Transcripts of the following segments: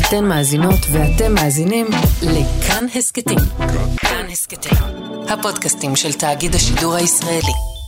אתן מאזינות ואתם מאזינים לכאן הסקטים. כאן הסקטים, הפודקאסטים של תאגיד השידור הישראלי.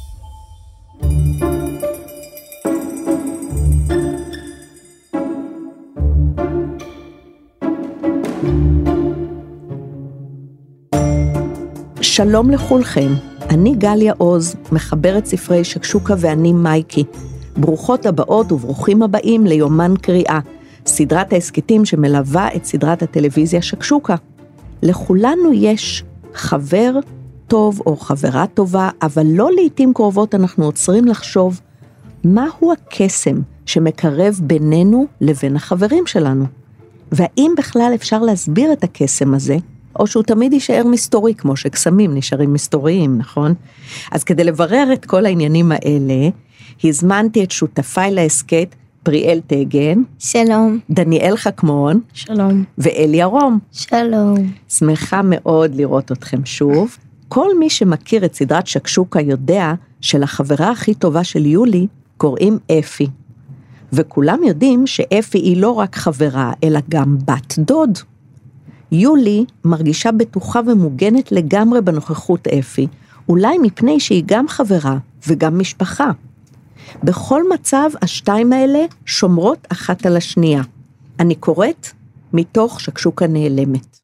שלום לכולכם, אני גליה עוז, מחברת ספרי שקשוקה ואני מייקי. ברוכות הבאות וברוכים הבאים ליומן קריאה, סדרת ההסקטים שמלווה את סדרת הטלוויזיה שקשוקה. לכולנו יש חבר טוב או חברה טובה, אבל לא לעתים קרובות אנחנו עוצרים לחשוב מהו הקסם שמקרב בינינו לבין החברים שלנו. והאם בכלל אפשר להסביר את הקסם הזה, או שהוא תמיד יישאר מסתורי, כמו שקסמים נשארים מסתוריים, נכון? אז כדי לברר את כל העניינים האלה, הזמנתי את שותפיי להסקט, פריאל תגן. שלום. דניאל חכמון. שלום. ואלי ארום. שלום. שמחה מאוד לראות אתכם שוב. כל מי שמכיר את סדרת שקשוקה יודע שלחברה הכי טובה של יולי קוראים אפי. וכולם יודעים שאפי היא לא רק חברה, אלא גם בת דוד. יולי מרגישה בטוחה ומוגנת לגמרי בנוכחות אפי, אולי מפני שהיא גם חברה וגם משפחה. בכל מצב השתיים האלה שומרות אחת על השנייה. אני קוראת מתוך שקשוקה נעלמת.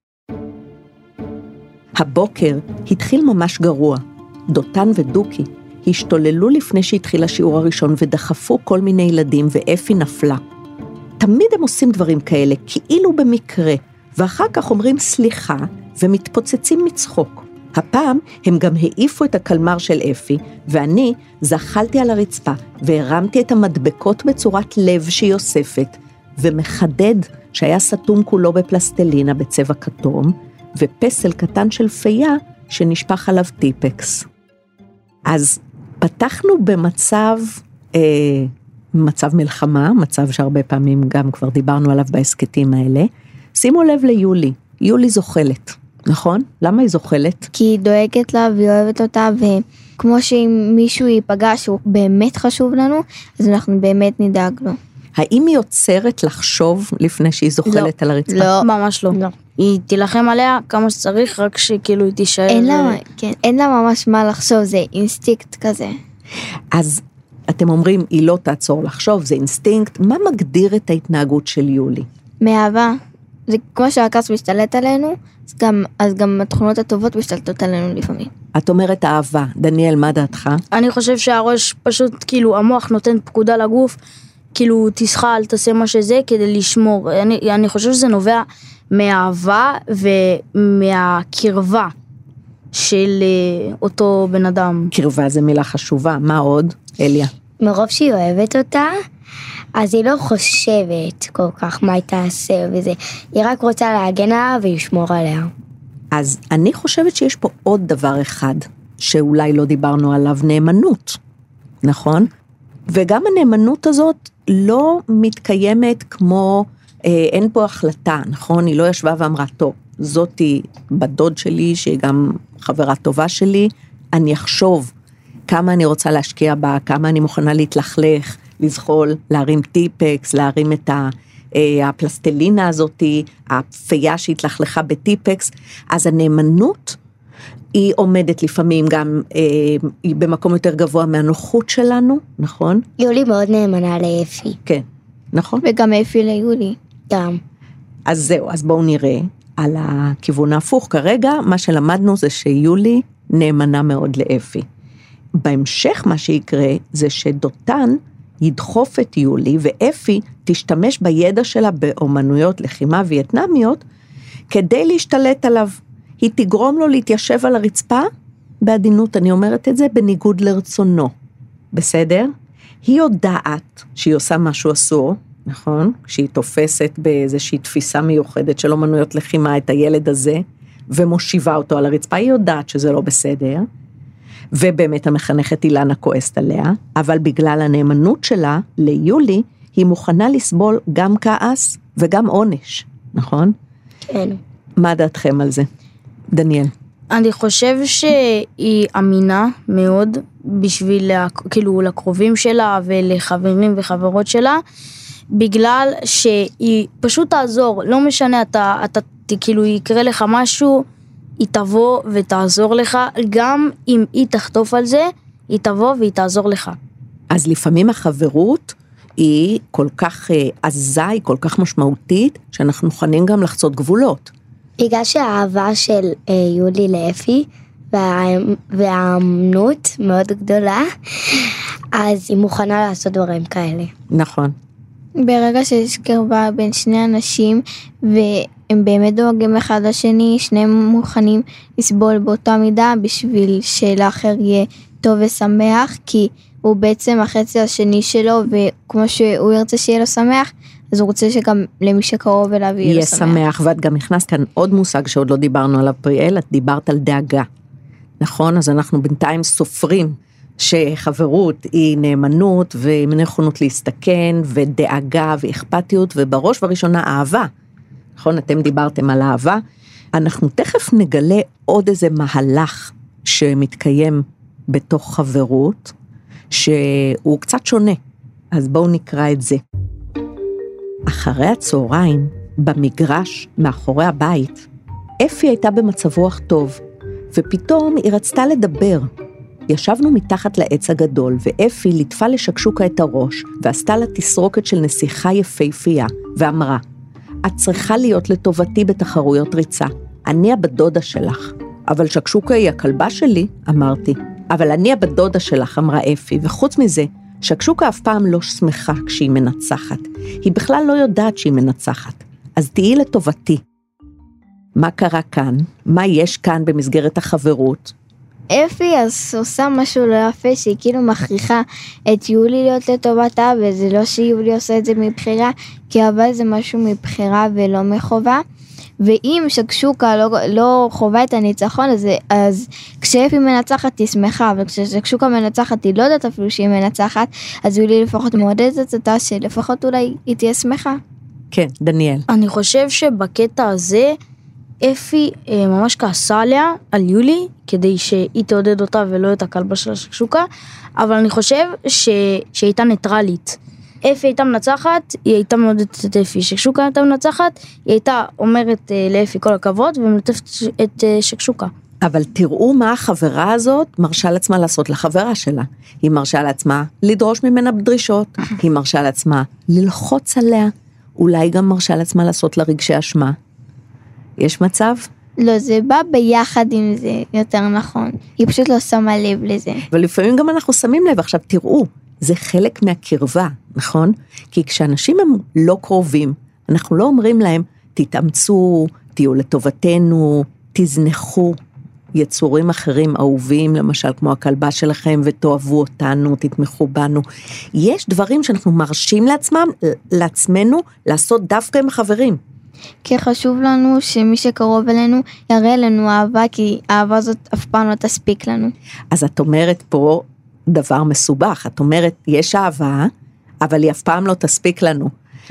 הבוקר התחיל ממש גרוע. דותן ודוקי השתוללו לפני שהתחיל השיעור הראשון ודחפו כל מיני ילדים ואפי נפלה. תמיד הם עושים דברים כאלה, כאילו במקרה, ואחר כך אומרים סליחה ומתפוצצים מצחוק. הפעם הם גם העיפו את הקלמר של אפי, ואני זחלתי על הרצפה והרמתי את המדבקות בצורת לב שהיא אוספת, ומחדד שהיה סתום כולו בפלסטלינה בצבע כתום, ופסל קטן של פייה שנשפך עליו טיפקס. אז פתחנו במצב מלחמה, מצב שהרבה פעמים גם כבר דיברנו עליו בהסקטים האלה. שימו לב ליולי, יולי זוחלת. נכון? למה היא זוחלת? כי היא דואגת לה והיא אוהבת אותה, וכמו שאם מישהו ייפגע שהוא באמת חשוב לנו, אז אנחנו באמת נדאג לו. האם היא עוצרת לחשוב לפני שהיא זוחלת על הרצפה? לא, ממש לא. היא תילחם עליה כמה שצריך, רק שכאילו היא תישאר. אין לה ממש מה לחשוב, זה אינסטינקט כזה. אז אתם אומרים, היא לא תעצור לחשוב, זה אינסטינקט. מה מגדיר את ההתנהגות של יולי? מאהבה. זה כמו שהכעס משתלט עלינו, אז גם התכונות הטובות משתלטות עלינו לפעמים. את אומרת אהבה. דניאל, מה דעתך? אני חושב שהראש פשוט, כאילו, המוח נותן פקודה לגוף, כאילו, תשחל, תעשה מה שזה, כדי לשמור. אני חושב שזה נובע מהאהבה ומהקרבה של אותו בן אדם. קרבה זה מילה חשובה. מה עוד, אליה? מרוב שהיא אוהבת אותה, אז היא לא חושבת כל כך מה היא תעשה וזה, היא רק רוצה להגן עליה ולשמור עליה. אז אני חושבת שיש פה עוד דבר אחד, שאולי לא דיברנו עליו, נאמנות, נכון? וגם הנאמנות הזאת לא מתקיימת כמו, אין פה החלטה, נכון? היא לא ישבה ואמרה, טוב, זאתי בדוד שלי, שהיא גם חברה טובה שלי, אני אחשוב כמה אני רוצה להשקיע בה, כמה אני מוכנה להתלכלך, לזחול, להרים טיפקס, להרים את הפלסטלינה הזאת, הפייה שהתלכלכה בטיפקס. אז הנאמנות היא עומדת לפעמים גם היא במקום יותר גבוה מהנוחות שלנו, נכון? יולי מאוד נאמנה לאפי. כן, נכון. וגם אפי ליולי. גם. אז זהו, אז בואו נראה על הכיוון ההפוך. כרגע מה שלמדנו זה שיולי נאמנה מאוד לאפי. בהמשך מה שיקרה זה שדותן ידחוף את יולי, ואפי תשתמש בידע שלה באומנויות לחימה וייטנמיות, כדי להשתלט עליו. היא תגרום לו להתיישב על הרצפה, בעדינות אני אומרת את זה, בניגוד לרצונו. בסדר? היא יודעת שהיא עושה משהו אסור, נכון? שהיא תופסת באיזושהי תפיסה מיוחדת של אומנויות לחימה את הילד הזה, ומושיבה אותו על הרצפה, היא יודעת שזה לא בסדר, ובאמת המחנכת אילנה כועסת עליה, אבל בגלל הנאמנות שלה ליולי, היא מוכנה לסבול גם כעס וגם עונש, נכון? כן. מה דעתכם על זה? דניאל. אני חושב שהיא אמינה מאוד בשביל כאילו לקרובים שלה ולחברים וחברות שלה, בגלל שהיא פשוט תעזור, לא משנה, אתה כאילו יקרה לך משהו, היא תבוא ותעזור לך, גם אם היא תחטוף על זה, היא תבוא והיא תעזור לך. אז לפעמים החברות היא כל כך עזה, היא כל כך משמעותית, שאנחנו מוכנים גם לחצות גבולות. בגלל שהאהבה של יולי לאפי, והאמנות מאוד גדולה, אז היא מוכנה לעשות דברים כאלה. נכון. ברגע שיש קרבה בין שני אנשים, והם באמת דואגים אחד לשני, שניהם מוכנים לסבול באותה מידה, בשביל שלאחר יהיה טוב ושמח, כי הוא בעצם החצי השני שלו, וכמו שהוא ירצה שיהיה לו שמח, אז הוא רוצה שגם למי שקרוב אליו יהיה לו שמח. יהיה שמח, ואת גם הכנסת כאן עוד מושג שעוד לא דיברנו עליו, פריאל, את דיברת על דאגה. נכון? אז אנחנו בינתיים סופרים שחברות היא נאמנות ונכונות להסתכן ודאגה ואכפתיות ובראש וראשונה אהבה. נכון? אתם דיברתם על אהבה. אנחנו תכף נגלה עוד איזה מהלך שמתקיים בתוך חברות שהוא קצת שונה. אז בואו נקרא את זה. אחרי הצהריים במגרש מאחורי הבית אפי הייתה במצב רוח טוב. ופתאום היא רצתה לדבר. ישבנו מתחת לעץ הגדול, ואפי ליטפה לשקשוקה את הראש, ועשתה לה תסרוקת של נסיכה יפהפייה, ואמרה, את צריכה להיות לטובתי בתחרויות ריצה, אני הבדודה שלך. אבל שקשוקה היא הכלבה שלי, אמרתי. אבל אני הבדודה שלך, אמרה אפי, וחוץ מזה, שקשוקה אף פעם לא שמחה כשהיא מנצחת. היא בכלל לא יודעת שהיא מנצחת. אז תהיי לטובתי. מה קרה כאן? מה יש כאן במסגרת החברות? אפי אז עושה משהו לא יפה, שהיא כאילו מכריחה את יולי להיות לטובתה, וזה לא שיולי עושה את זה מבחירה, כי אבל זה משהו מבחירה ולא מחובה. ואם שקשוקה לא חובה את הניצחון, אז כשאפי מנצחת היא שמחה, אבל כששקשוקה מנצחת היא לא יודעת אפילו שהיא מנצחת, אז יולי לפחות מעודדת אותה שלפחות אולי היא תהיה שמחה. כן, דניאל. אני חושב שבקטע הזה, אפי ממש כעסה עליה, על יולי, כדי שהיא תעודד אותה ולא את הכלבה של השקשוקה, אבל אני חושב שהיא הייתה ניטרלית. אפי הייתה מנצחת, היא הייתה מעודדת את אפי. שקשוקה הייתה מנצחת, היא הייתה אומרת לאפי כל הכבוד, ומלטפת את שקשוקה. אבל תראו מה החברה הזאת מרשה לעצמה לעשות לחברה שלה. היא מרשה לעצמה לדרוש ממנה בדרישות, היא מרשה לעצמה ללחוץ עליה, אולי גם מרשה לעצמה לעשות לה רגשי אשמה. יש מצב? לא, זה בא ביחד עם זה, יותר נכון. היא פשוט לא שמה לב לזה. ולפעמים גם אנחנו שמים לב, עכשיו תראו, זה חלק מהקרבה, נכון? כי כשאנשים הם לא קרובים, אנחנו לא אומרים להם, תתאמצו, תהיו לטובתנו, תזנחו יצורים אחרים אהובים, למשל כמו הכלבה שלכם, ותאהבו אותנו, תתמכו בנו. יש דברים שאנחנו מרשים לעצמנו לעשות דווקא עם החברים. כי חשוב לנו שמי שקרוב אלינו יראה לנו אהבה, כי האהבה הזאת אף פעם לא תספיק לנו. אז את אומרת פה דבר מסובך, את אומרת יש אהבה, אבל היא אף פעם לא תספיק לנו.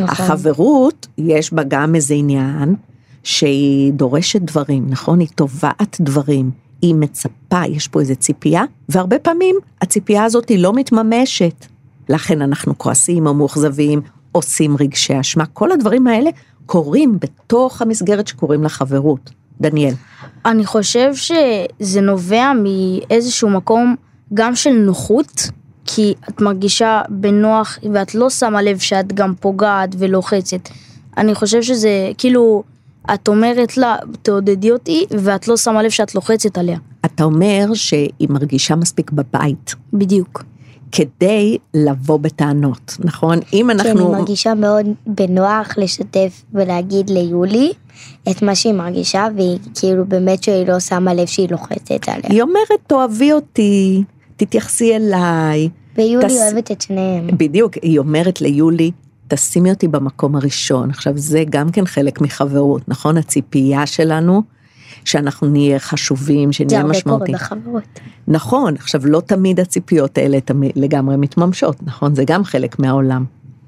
החברות יש בה גם איזה עניין, שהיא דורשת דברים, נכון? היא תובעת דברים, היא מצפה, יש פה איזה ציפייה, והרבה פעמים הציפייה הזאת היא לא מתממשת. לכן אנחנו כועסים או מאוכזבים, עושים רגשי אשמה, כל הדברים האלה קורים בתוך המסגרת שקוראים לחברות. דניאל. אני חושב שזה נובע מאיזשהו מקום גם של נוחות, כי את מרגישה בנוח ואת לא שמה לב שאת גם פוגעת ולוחצת. אני חושב שזה כאילו, את אומרת לה, תעודדי אותי, ואת לא שמה לב שאת לוחצת עליה. אתה אומר שהיא מרגישה מספיק בבית. בדיוק. כדי לבוא בטענות, נכון? אם אנחנו... כן, היא מרגישה מאוד בנוח לשתף ולהגיד ליולי את מה שהיא מרגישה, והיא כאילו באמת שהיא לא שמה לב שהיא לוחצת עליה. היא אומרת, תאהבי אותי, תתייחסי אליי. ויולי אוהבת את שניהם. בדיוק, היא אומרת ליולי, תשימי אותי במקום הראשון. עכשיו, זה גם כן חלק מחברות, נכון? הציפייה שלנו, שאנחנו נהיה חשובים, שנהיה משמעותיים. זה הרבה קורה בחברות. נכון, עכשיו לא תמיד הציפיות האלה לגמרי מתממשות, נכון? זה גם חלק מהעולם.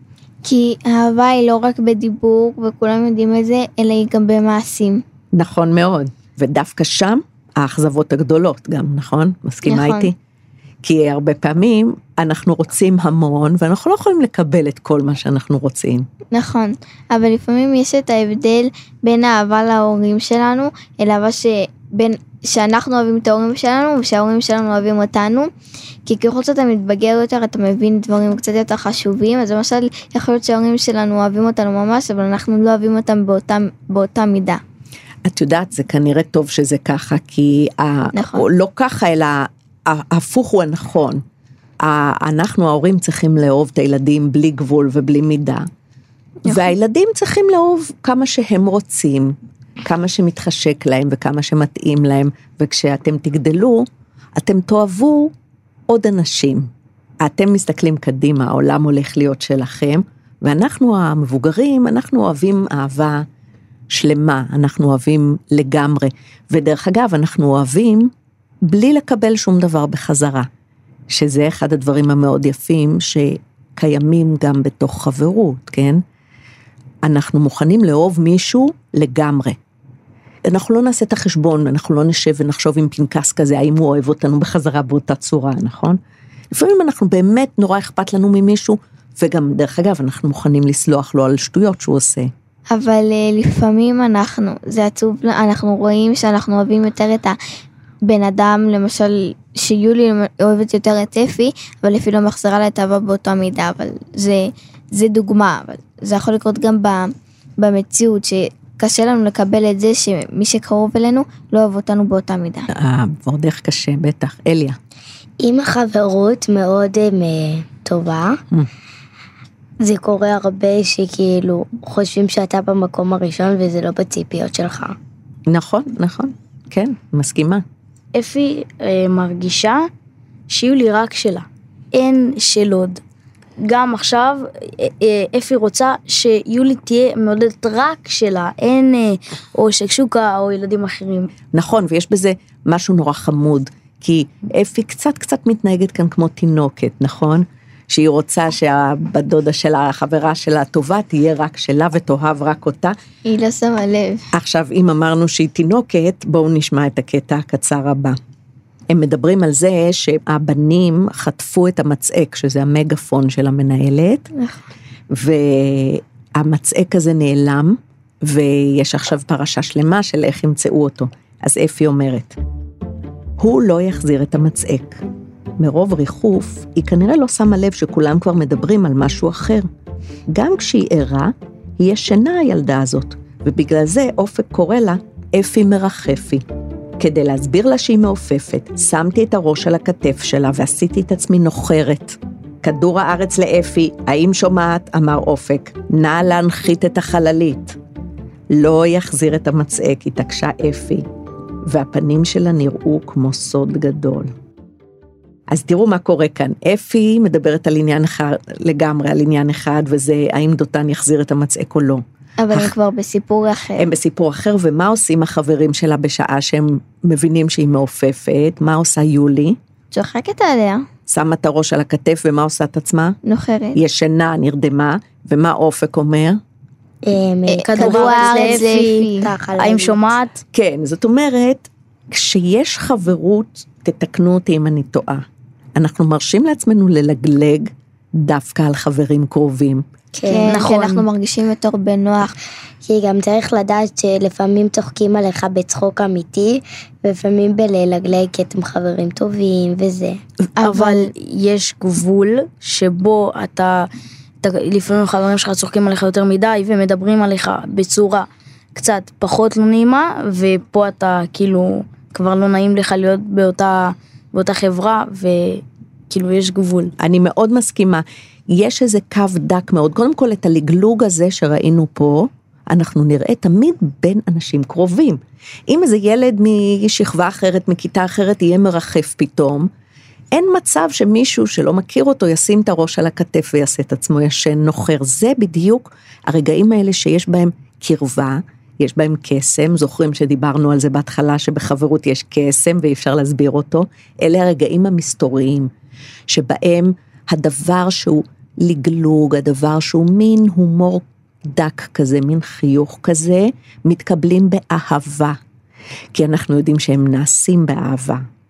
כי האהבה היא לא רק בדיבור, וכולם יודעים את זה, אלא היא גם במעשים. נכון מאוד, ודווקא שם, האכזבות הגדולות גם, נכון? מסכימה נכון. איתי? כי הרבה פעמים אנחנו רוצים המון, ואנחנו לא יכולים לקבל את כל מה שאנחנו רוצים. נכון, אבל לפעמים יש את ההבדל בין האהבה להורים שלנו, אל אהבה שאנחנו אוהבים את ההורים שלנו, ושההורים שלנו אוהבים אותנו, כי ככל שאתה מתבגר יותר, אתה מבין דברים קצת יותר חשובים, אז למשל, יכול להיות שההורים שלנו אוהבים אותנו ממש, אבל אנחנו לא אוהבים אותם באותה מידה. את יודעת, זה כנראה טוב שזה ככה, כי נכון. לא ככה, אלא ההפוך הוא הנכון. אנחנו ההורים צריכים לאהוב את הילדים בלי גבול ובלי מידה, והילדים צריכים לאהוב כמה שהם רוצים, כמה שמתחשק להם וכמה שמתאים להם, וכשאתם תגדלו, אתם תאהבו עוד אנשים. אתם מסתכלים קדימה, העולם הולך להיות שלכם, ואנחנו המבוגרים, אנחנו אוהבים אהבה שלמה, אנחנו אוהבים לגמרי, ודרך אגב, אנחנו אוהבים בלי לקבל שום דבר בחזרה, שזה אחד הדברים המאוד יפים, שקיימים גם בתוך חברות, כן? אנחנו מוכנים לאהוב מישהו לגמרי. אנחנו לא נעשה את החשבון, אנחנו לא נשב ונחשוב עם פנקס כזה, האם הוא אוהב אותנו בחזרה באותה צורה, נכון? לפעמים אנחנו באמת נורא אכפת לנו ממישהו, וגם דרך אגב אנחנו מוכנים לסלוח לו על שטויות שהוא עושה. אבל לפעמים זה עצוב, אנחנו רואים שאנחנו אוהבים יותר את הבן אדם, למשל שיולי אוהבת יותר את אפי, אבל אפי לא מחזרה לה את אהבה באותה מידה, אבל זה דוגמה, אבל זה יכול לקרות גם במציאות, שקשה לנו לקבל את זה שמי שקרוב אלינו לא אוהב אותנו באותה מידה. ועוד איך קשה, בטח. אליה. אם החברות מאוד טובה, זה קורה הרבה שכאילו חושבים שאתה במקום הראשון וזה לא בציפיות שלך. נכון, נכון, כן, מסכימה. אפי מרגישה שיולי רק שלה, אין של עוד. גם עכשיו אפי רוצה שיולי תהיה מעודדת רק שלה, אין או שקשוקה או ילדים אחרים. נכון, ויש בזה משהו נורא חמוד, כי אפי קצת מתנהגת כאן כמו תינוקת, נכון? שהיא רוצה שהבת דודה שלה, החברה שלה הטובה, תהיה רק שלה ותאהב רק אותה. היא לא שמה לב. עכשיו, אם אמרנו שהיא תינוקת, בואו נשמע את הקטע הקצר הבא. הם מדברים על זה שהבנים חטפו את המצעק, שזה המגפון של המנהלת, והמצעק הזה נעלם, ויש עכשיו פרשה שלמה של איך ימצאו אותו. אז אפי אומרת, הוא לא יחזיר את המצעק. מרוב ריחוף, היא כנראה לא שמה לב שכולם כבר מדברים על משהו אחר. גם כשהיא ערה, היא ישנה הילדה הזאת, ובגלל זה אופק קורא לה אפי מרחפי. כדי להסביר לה שהיא מעופפת, שמתי את הראש על הכתף שלה ועשיתי את עצמי נוחרת. כדור הארץ לאפי, האם שומעת? אמר אופק, נא להנחית את החללית. לא יחזיר את המצעק, התעקשה אפי, והפנים שלה נראו כמו סוד גדול. אז תראו מה קורה כאן, אפי מדברת על עניין אחד, לגמרי על עניין אחד, וזה האם דותן יחזיר את המצעק או לא. אבל הם כבר בסיפור אחר. הם בסיפור אחר, ומה עושים החברים שלה בשעה שהם מבינים שהיא מעופפת? מה עושה יולי? צוחקת עליה. שמה את הראש על הכתף, ומה עושה את עצמה? נוחרת. ישנה, נרדמה, ומה אופק אומר? כדור הארץ לאפי, האם שומעת? כן, זאת אומרת, כשיש חברות, תתקנו אותי אם אני טועה. אנחנו מרשים לעצמנו ללגלג דווקא על חברים קרובים. כן, נכון. כי אנחנו מרגישים יותר בנוח. כי גם צריך לדעת שלפעמים צוחקים עליך בצחוק אמיתי, ולפעמים בללגלג כי אתם חברים טובים וזה. אבל יש גבול שבו אתה לפעמים חברים שלך צוחקים עליך יותר מדי, ומדברים עליך בצורה קצת פחות לא נעימה, ופה אתה כאילו כבר לא נעים לך להיות באותה חברה, וכאילו יש גבול. אני מאוד מסכימה. יש איזה קו דק מאוד, קודם כל את הלגלוג הזה שראינו פה, אנחנו נראה תמיד בין אנשים קרובים. אם איזה ילד משכבה אחרת, מכיתה אחרת, יהיה מרחף פתאום, אין מצב שמישהו שלא מכיר אותו, ישים את הראש על הכתף ויעשה את עצמו ישן נוחר. זה בדיוק הרגעים האלה שיש בהם קרבה, יש בהם קסם, זוכרים שדיברנו על זה בהתחלה, שבחברות יש קסם ואי אפשר להסביר אותו, אלה הרגעים המסתוריים, שבהם הדבר שהוא לגלוג, הדבר שהוא מין הומור דק כזה, מין חיוך כזה, מתקבלים באהבה, כי אנחנו יודעים שהם נעשים באהבה,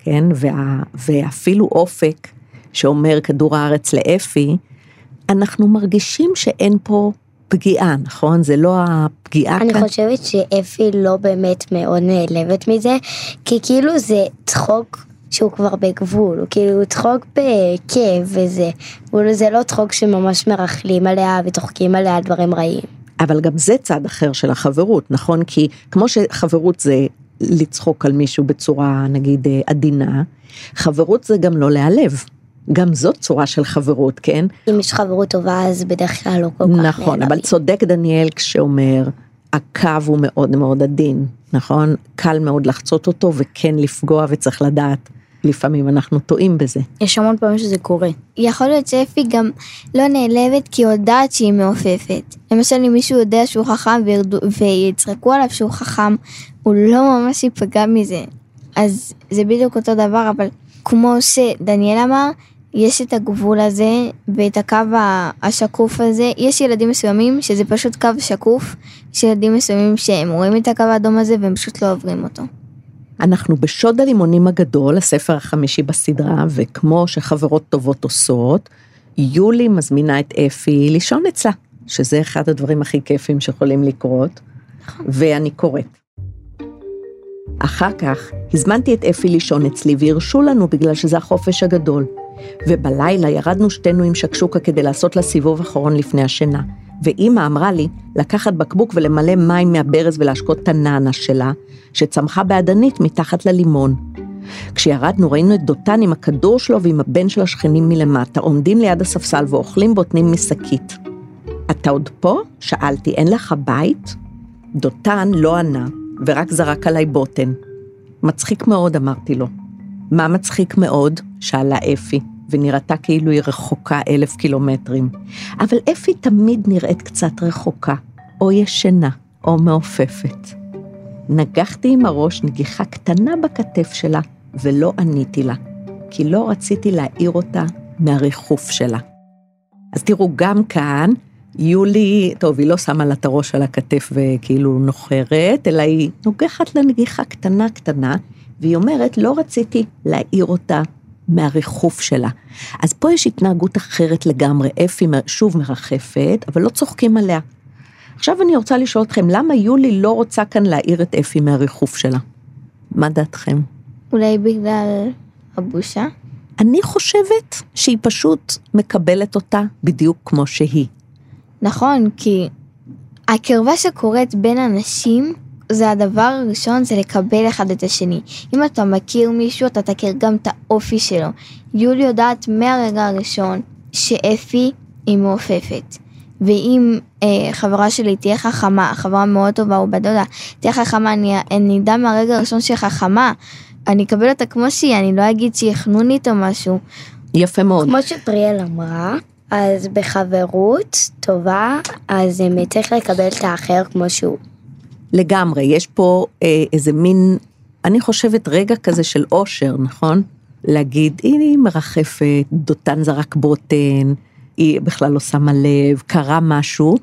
כן? ואפילו אופק, שאומר כדור הארץ לאפי, אנחנו מרגישים שאין פה פגיעה, נכון? זה לא הפגיעה כאן. אני חושבת שאפי לא באמת מאוד נעלבת מזה, כי כאילו זה צחוק שהוא כבר בגבול, הוא כאילו צחוק בכיף וזה, זה לא צחוק שממש מרחלים עליה ותוחקים עליה דברים רעים. אבל גם זה צד אחר של החברות, נכון? כי כמו שחברות זה לצחוק על מישהו בצורה נגיד עדינה, חברות זה גם לא להיעלב. גם זאת צורה של חברות, כן? אם יש חברות טובה, אז בדרך כלל לא כל כך נכון, אבל צודק דניאל כשאומר, הקו הוא מאוד מאוד עדין, נכון? קל מאוד לחצות אותו וכן לפגוע וצריך לדעת. לפעמים אנחנו טועים בזה. יש המון פעמים שזה קורה. יכול להיות שאפי גם לא נעלבת כי יודעת שהיא מעופפת. למשל אם מישהו יודע שהוא חכם ויצחקו עליו שהוא חכם, הוא לא ממש ייפגע מזה. אז זה בדיוק אותו דבר, אבל כמו שדניאל אמר, יש את הגבול הזה ואת הקו השקוף הזה. יש ילדים מסוימים שזה פשוט קו שקוף, יש ילדים מסוימים שהם רואים את הקו האדום הזה והם פשוט לא עוברים אותו. אנחנו בשוד הלימונים הגדול, הספר החמישי בסדרה, וכמו שחברות טובות עושות, יולי מזמינה את אפי לישון אצלה, שזה אחד הדברים הכי כיפים שיכולים לקרות, ואני קוראת. אחר כך הזמנתי את אפי לישון אצלי, והרשו לנו בגלל שזה החופש הגדול. ובלילה ירדנו שתינו עם שקשוקה כדי לעשות לה סיבוב אחרון לפני השינה. ואמא אמרה לי לקחת בקבוק ולמלא מים מהברז ולהשקות את הנענה שלה, שצמחה בעדנית מתחת ללימון. כשירדנו ראינו את דותן עם הכדור שלו ועם הבן של השכנים מלמטה, עומדים ליד הספסל ואוכלים בוטנים משקית. אתה עוד פה? שאלתי, אין לך בית? דותן לא ענה, ורק זרק עליי בוטן. מצחיק מאוד, אמרתי לו. מה מצחיק מאוד? שאלה אפי, ונראתה כאילו היא רחוקה 1,000 קילומטרים. אבל אפי תמיד נראית קצת רחוקה, או ישנה, או מעופפת. נגחתי עם הראש נגיחה קטנה בכתף שלה, ולא עניתי לה, כי לא רציתי להעיר אותה מהריחוף שלה. אז תראו, גם כאן, יולי, טוב, היא לא שמה לה את הראש על הכתף וכאילו נוחרת, אלא היא נוגחת לנגיחה קטנה קטנה, והיא אומרת, לא רציתי להעיר אותה מהריחוף שלה. אז פה יש התנהגות אחרת לגמרי, אפי שוב מרחפת, אבל לא צוחקים עליה. עכשיו אני רוצה לשאול אתכם, למה יולי לא רוצה כאן להעיר את אפי מהריחוף שלה? מה דעתכם? אולי בגלל הבושה? אני חושבת שהיא פשוט מקבלת אותה בדיוק כמו שהיא. נכון, כי הקרבה שקורית בין אנשים, זה הדבר הראשון, זה לקבל אחד את השני. אם אתה מכיר מישהו, אתה תכיר גם את האופי שלו. יולי יודעת מהרגע הראשון שאפי היא מעופפת. ואם חברה שלי תהיה חכמה, חברה מאוד טובה או בדודה, תהיה חכמה, אני אדע מהרגע הראשון שהיא חכמה, אני אקבל אותה כמו שהיא, אני לא אגיד שהיא חנונית או משהו. יפה מאוד. כמו שפריאל אמרה, אז בחברות טובה, אז צריך לקבל את האחר כמו שהוא. לגמרי, יש פה איזה מין, אני חושבת רגע כזה של אושר, נכון? להגיד, היא מרחפת, דותן זרק בוטן, היא בכלל לא שמה לב, קרה משהו,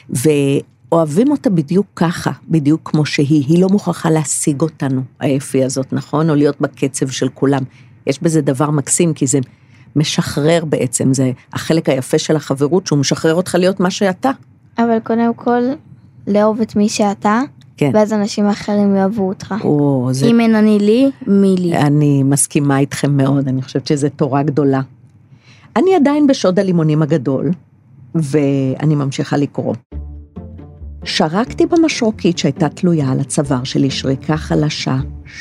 ואוהבים אותה בדיוק ככה, בדיוק כמו היא לא מוכרחה להשיג אותנו, האפי הזאת, נכון? או להיות בקצב של כולם. יש בזה דבר מקסים, כי זה משחרר בעצם, זה החלק היפה של החברות, שהוא משחרר אותך להיות מה שאתה. אבל קודם כל, לאהוב את מי שאתה, כן. ואז אנשים אחרים יאהבו אותך. אם אין אני לי, מי לי? אני מסכימה איתכם מאוד, אני חושבת שזו תורה גדולה. אני עדיין בשוד הלימונים הגדול, ואני ממשיכה לקרוא. שרקתי במשרוקית שהייתה תלויה על הצוואר שלי, שריקה חלשה,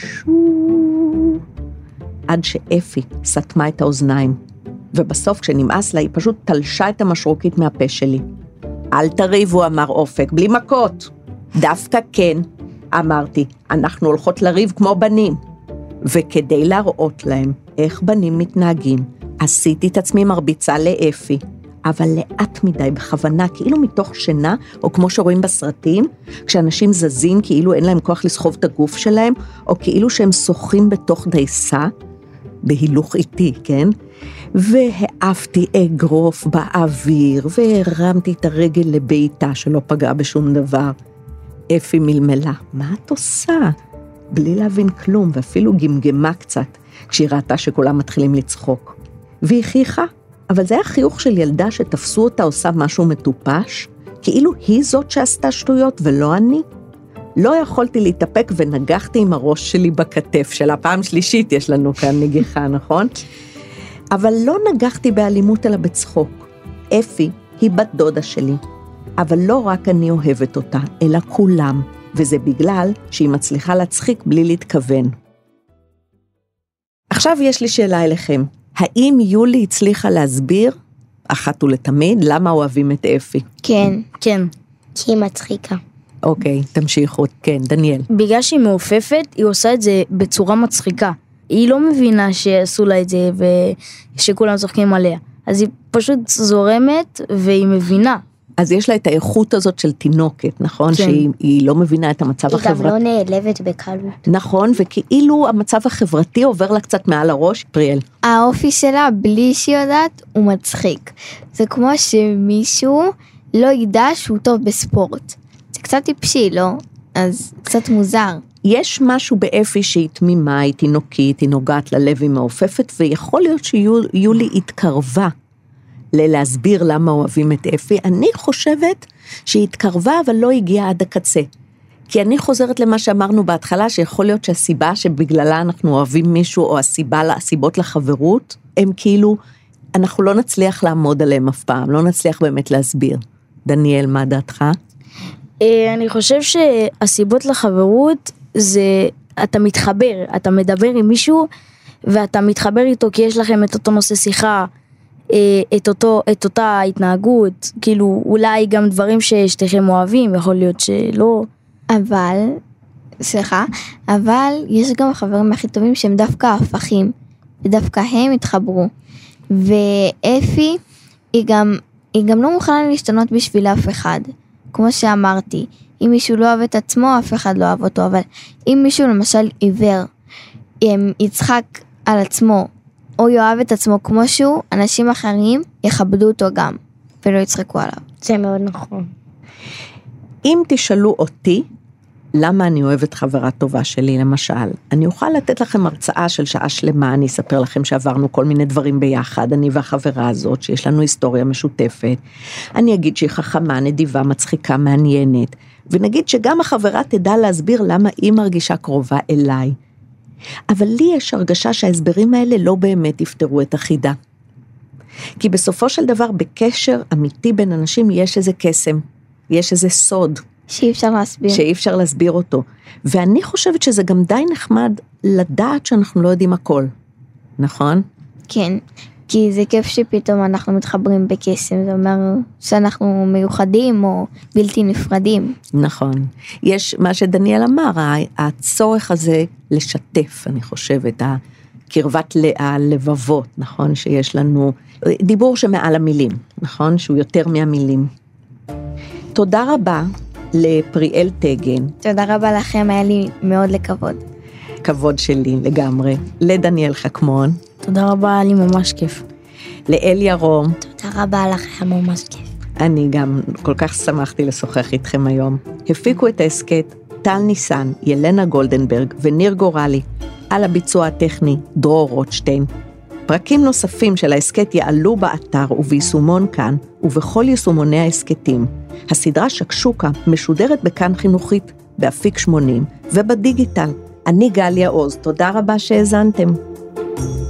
עד שאפי סתמה את האוזניים, ובסוף כשנמאס לה, היא פשוט תלשה את המשרוקית מהפה שלי. אל תריבו, אמר אופק, בלי מכות. דווקא כן, אמרתי, אנחנו הולכות לריב כמו בנים. וכדי להראות להם איך בנים מתנהגים, עשיתי את עצמי מרביצה לאפי, אבל לאט מדי בכוונה, כאילו מתוך שינה, או כמו שרואים בסרטים, כשאנשים זזים כאילו אין להם כוח לסחוב את הגוף שלהם, או כאילו שהם שוחים בתוך דייסה, בהילוך איטי, כן? והעפתי אגרוף באוויר, והרמתי את הרגל לביתה שלא פגעה בשום דבר. אפי מלמלה, מה את עושה? בלי להבין כלום, ואפילו גמגמה קצת. כשהיא ראתה שכולם מתחילים לצחוק. והיא חייכה, אבל זה היה חיוך של ילדה שתפסו אותה עושה משהו מטופש, כאילו היא זאת שעשתה שטויות ולא אני. לא יכולתי להתאפק ונגחתי עם הראש שלי בכתף שלה. פעם שלישית יש לנו כאן נגיחה, נכון? אבל לא נגחתי באלימות אלא בצחוק. אפי היא בת דודה שלי, אבל לא רק אני אוהבת אותה, אלא כולם, וזה בגלל שהיא מצליחה להצחיק בלי להתכוון. עכשיו יש לי שאלה אליכם. האם יולי הצליחה להסביר, אחת ולתמיד, למה אוהבים את אפי? כן. כן. כי היא מצחיקה. אוקיי, תמשיכו. כן, דניאל. בגלל שהיא מעופפת, היא עושה את זה בצורה מצחיקה. היא לא מבינה שעשו לה את זה ושכולם צוחקים עליה. אז היא פשוט זורמת והיא מבינה. אז יש לה את האיכות הזאת של תינוקת, נכון? כן. שהיא לא מבינה את המצב היא החברתי. גם לא נעלבת בקלות. נכון, וכאילו המצב החברתי עובר לה קצת מעל הראש, פריאל. האופי שלה, בלי שהיא יודעת, הוא מצחיק. זה כמו שמישהו לא ידע שהוא טוב בספורט. זה קצת טיפשי, לא? אז קצת מוזר. יש משהו באפי שהיא תמימה, היא תינוקית, היא נוגעת ללב, היא מעופפת, ויכול להיות שיולי התקרבה להסביר למה אוהבים את אפי. אני חושבת שהיא התקרבה, אבל לא הגיעה עד הקצה. כי אני חוזרת למה שאמרנו בהתחלה, שיכול להיות שהסיבה שבגללה אנחנו אוהבים מישהו, או הסיבות לחברות, הם כאילו, אנחנו לא נצליח לעמוד עליהם אף פעם, לא נצליח באמת להסביר. דניאל, מה דעתך? אני חושב שהסיבות לחברות זה, אתה מתחבר, אתה מדבר עם מישהו, ואתה מתחבר איתו כי יש לכם את אותו נושא שיחה, את אותה התנהגות, כאילו אולי גם דברים ששתיכם אוהבים, יכול להיות שלא. אבל יש גם חברים הכי טובים שהם דווקא הפכים, ודווקא הם התחברו. ואפי, היא גם לא מוכנה להשתנות בשביל אף אחד. כמו שאמרתי, אם מישהו לא אוהב את עצמו, אף אחד לא אוהב אותו, אבל אם מישהו למשל עיוור, יצחק על עצמו, או יאהב את עצמו כמו שהוא, אנשים אחרים יכבדו אותו גם, ולא יצחקו עליו. זה מאוד נכון. אם תשאלו אותי, למה אני אוהבת חברה טובה שלי, למשל, אני אוכל לתת לכם הרצאה של שעה שלמה, אני אספר לכם שעברנו כל מיני דברים ביחד, אני והחברה הזאת, שיש לנו היסטוריה משותפת, אני אגיד שהיא חכמה, נדיבה, מצחיקה, מעניינת, ונגיד שגם החברה תדע להסביר למה היא מרגישה קרובה אליי. אבל לי יש הרגשה שההסברים האלה לא באמת יפתרו את החידה. כי בסופו של דבר, בקשר אמיתי בין אנשים יש איזה קסם, יש איזה סוד, שאי אפשר להסביר אותו. ואני חושבת שזה גם די נחמד לדעת שאנחנו לא יודעים הכל. נכון? כן, כי זה כיף שפתאום אנחנו מתחברים בקסם, זה אומר שאנחנו מיוחדים או בלתי נפרדים. נכון. יש מה שדניאל אמר, הצורך הזה לשתף, אני חושבת, קרבת הלבבות, נכון? שיש לנו דיבור שמעל המילים, נכון? שהוא יותר מהמילים. תודה רבה לפריאל תגן. תודה רבה לכם, היה לי מאוד לכבוד. כבוד שלי לגמרי. לדניאל חכמון. תודה רבה, היה לי ממש כיף. לאל ירום. תודה רבה לך, היה ממש כיף. אני גם כל כך שמחתי לשוחח איתכם היום. הפיקו את העסקת טל ניסן, ילנה גולדנברג וניר גורלי. על הביצוע הטכני דרור רוטשטיין. פרקים נוספים של העסקת יעלו באתר וביישומון כאן ובכל יישומוני העסקתים. הסדרה שקשוקה משודרת בכאן חינוכית, באפיק 80 ובדיגיטל. אני גליה עוז, תודה רבה שהאזנתם.